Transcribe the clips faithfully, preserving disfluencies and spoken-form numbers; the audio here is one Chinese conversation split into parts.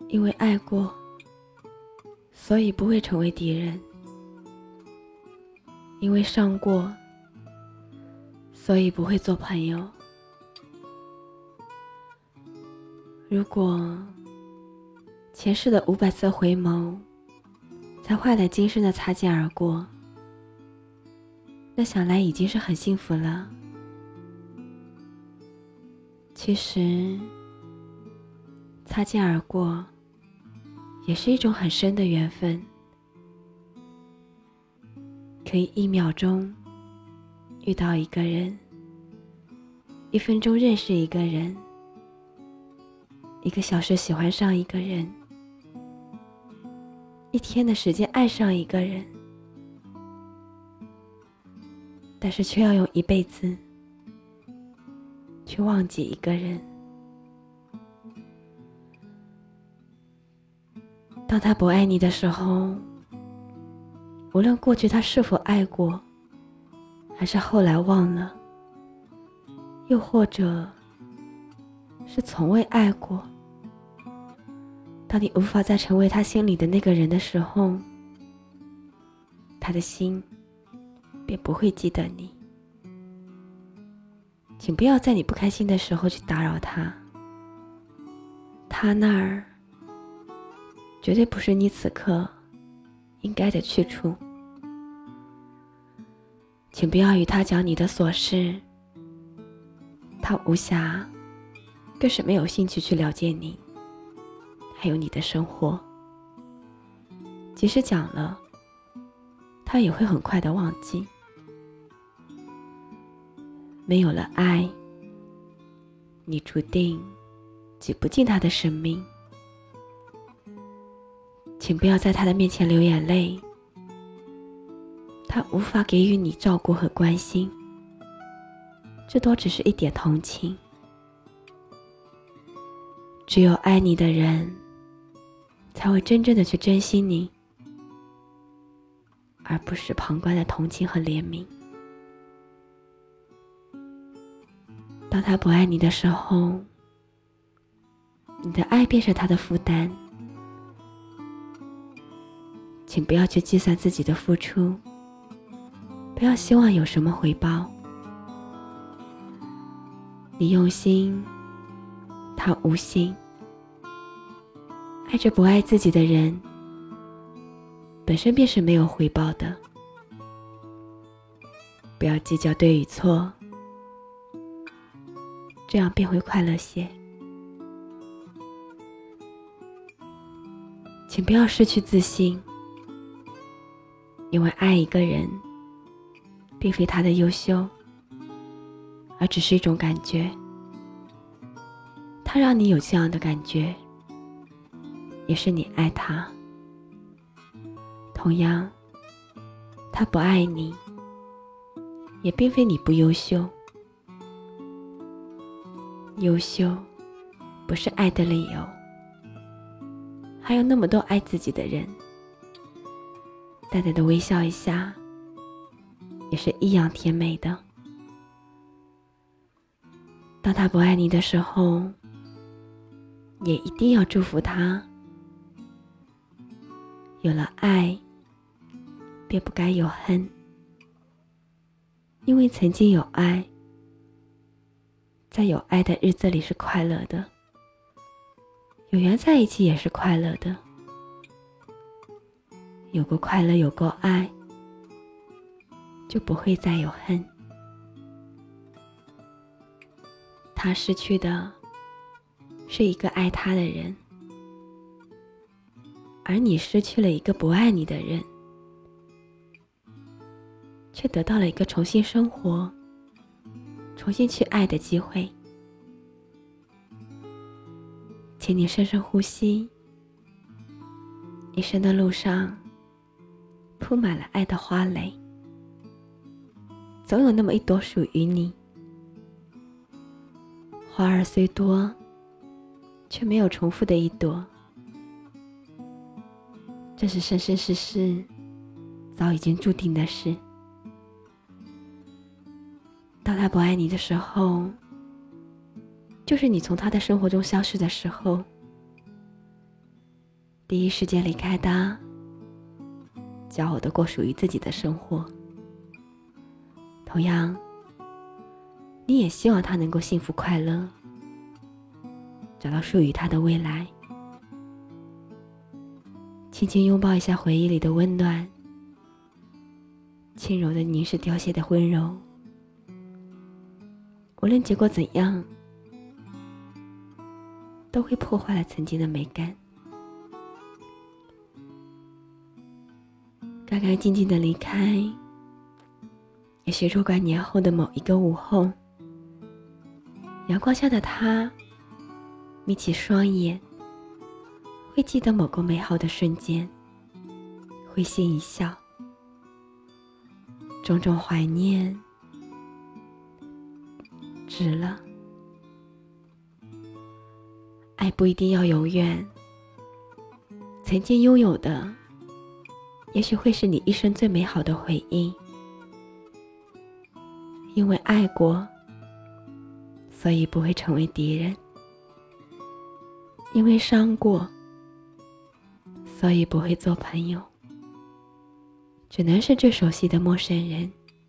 因为爱过，所以不会成为敌人；因为伤过，所以不会做朋友。如果前世的五百次回眸才换来今生的擦肩而过，那想来已经是很幸福了。其实擦肩而过也是一种很深的缘分，可以一秒钟遇到一个人，一分钟认识一个人，一个小时喜欢上一个人，一天的时间爱上一个人，但是却要用一辈子去忘记一个人。当他不爱你的时候，无论过去他是否爱过，还是后来忘了，又或者是从未爱过，当你无法再成为他心里的那个人的时候，他的心便不会记得你。请不要在你不开心的时候去打扰他，他那儿绝对不是你此刻应该的去处。请不要与他讲你的琐事，他无暇，更是没有兴趣去了解你，还有你的生活。即使讲了，他也会很快的忘记。没有了爱，你注定挤不进他的生命。请不要在他的面前流眼泪，他无法给予你照顾和关心，这多只是一点同情。只有爱你的人才会真正的去珍惜你，而不是旁观的同情和怜悯。当他不爱你的时候，你的爱便是他的负担。请不要去计算自己的付出，不要希望有什么回报。你用心，他无心。爱着不爱自己的人，本身便是没有回报的。不要计较对与错，这样便会快乐些。请不要失去自信，因为爱一个人并非他的优秀，而只是一种感觉。他让你有这样的感觉，也是你爱他。同样，他不爱你，也并非你不优秀。优秀不是爱的理由，还有那么多爱自己的人，淡淡的微笑一下也是异样甜美的。当他不爱你的时候，也一定要祝福他。有了爱，便不该有恨，因为曾经有爱，在有爱的日子里是快乐的，有缘在一起也是快乐的。有过快乐，有过爱，就不会再有恨。他失去的是一个爱他的人，而你失去了一个不爱你的人，却得到了一个重新生活、重新去爱的机会。请你深深呼吸，一生的路上铺满了爱的花蕾，总有那么一朵属于你。花儿虽多，却没有重复的一朵，这是生生世世早已经注定的事。当他不爱你的时候，就是你从他的生活中消失的时候。 第一时间离开他，骄傲地过属于自己的生活。同样，你也希望他能够幸福快乐，找到属于他的未来。轻轻拥抱一下回忆里的温暖，轻柔地凝视凋谢的温柔。无论结果怎样，都会破坏了曾经的美感。干干净净的离开，也许若干年后的某一个午后，阳光下的他眯起双眼，会记得某个美好的瞬间，会心一笑，种种怀念值了。爱不一定要永远，曾经拥有的也许会是你一生最美好的回忆。因为爱过，所以不会成为敌人；因为伤过，所以不会做朋友，只能是最熟悉的陌生人。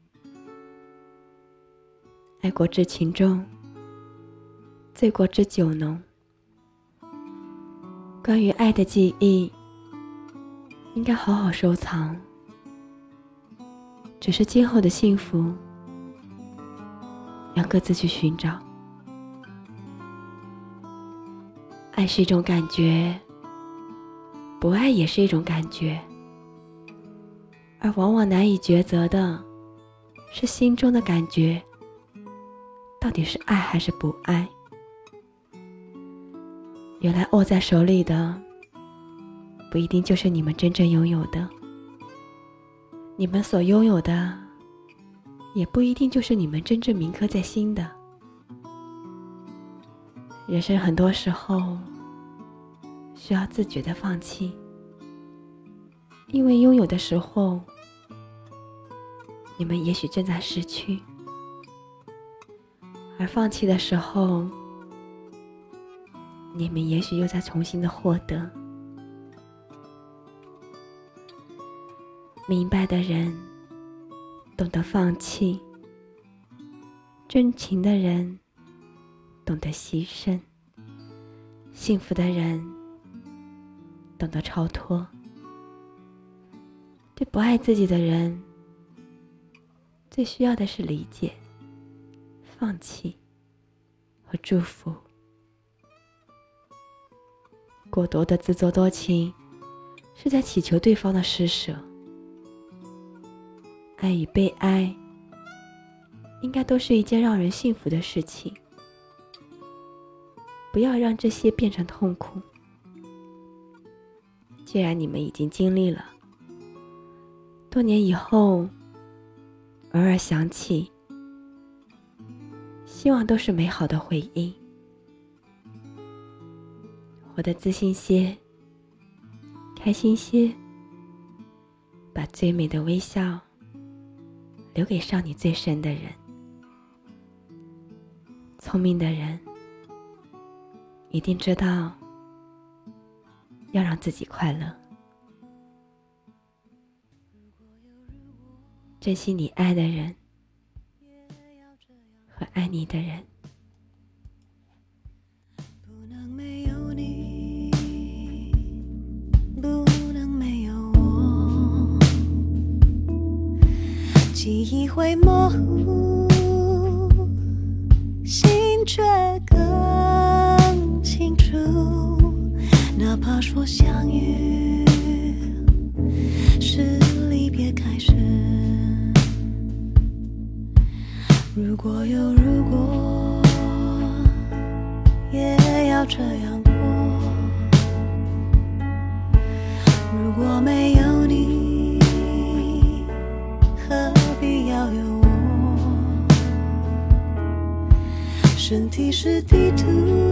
爱过知情重，醉过知酒浓。关于爱的记忆，应该好好收藏。只是今后的幸福，要各自去寻找。爱是一种感觉，不爱也是一种感觉，而往往难以抉择的是心中的感觉，到底是爱还是不爱。原来握在手里的，不一定就是你们真正拥有的，你们所拥有的，也不一定就是你们真正铭刻在心的。人生很多时候需要自觉的放弃，因为拥有的时候，你们也许正在失去，而放弃的时候，你们也许又在重新的获得。明白的人懂得放弃，真情的人懂得牺牲，幸福的人懂得超脱。对不爱自己的人，最需要的是理解、放弃和祝福。过多的自作多情，是在祈求对方的施舍。爱与被爱，应该都是一件让人幸福的事情。不要让这些变成痛苦。既然你们已经经历了，多年以后偶尔想起，希望都是美好的回忆。活得自信些，开心些，把最美的微笑留给伤你最深的人。聪明的人一定知道要让自己快乐。珍惜你爱的人和爱你的人。 不能没有你，不能没有我，记忆会模糊，心却更清楚，哪怕说相遇是离别开始。如果有如果，也要这样过。如果没有你，何必要有我？身体是地图，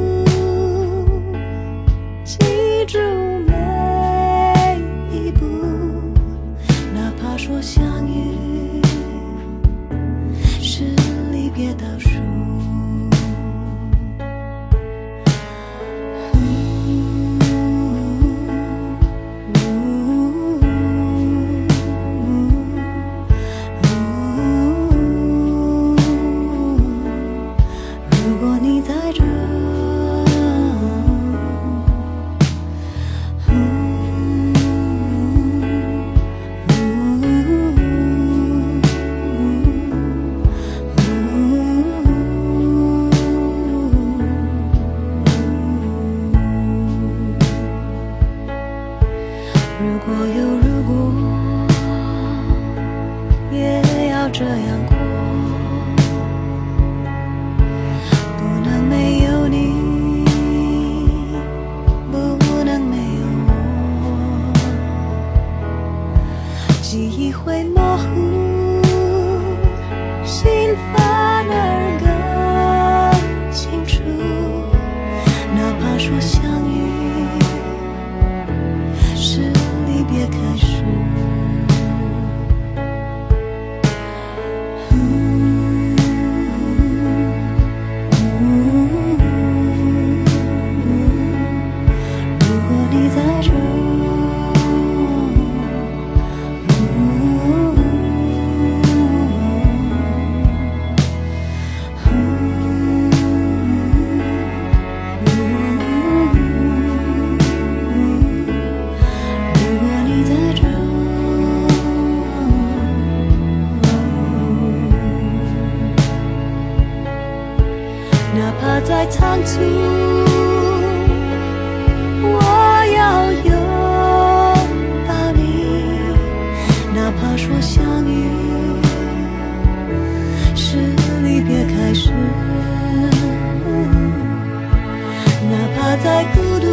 记住每一步，哪怕说相遇是离别倒数。 如果你在这，如果有如果，也要这样过。不能没有你，不能没有我。记忆会模糊，心反而更清楚。哪怕说相遇是离别开始。哪怕再仓促，我要拥抱你。哪怕说相遇是离别开始，哪怕再孤独，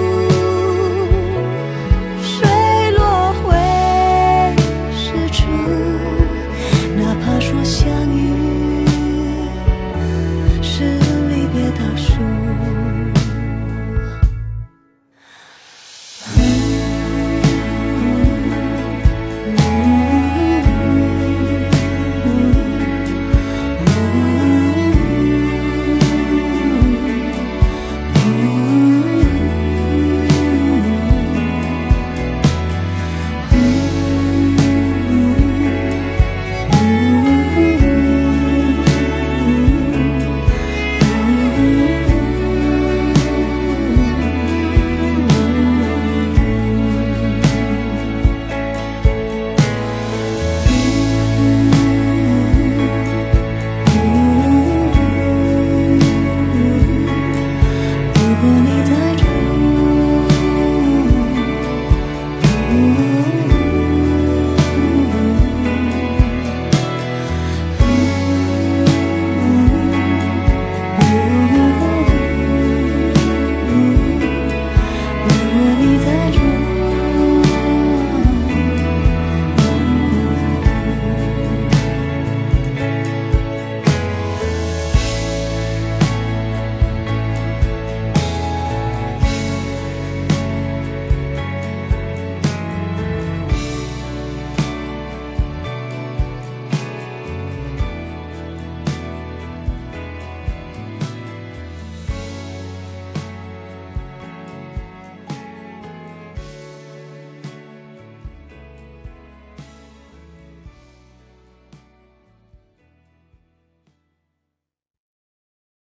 水落会是处。哪怕说相遇是离别倒数。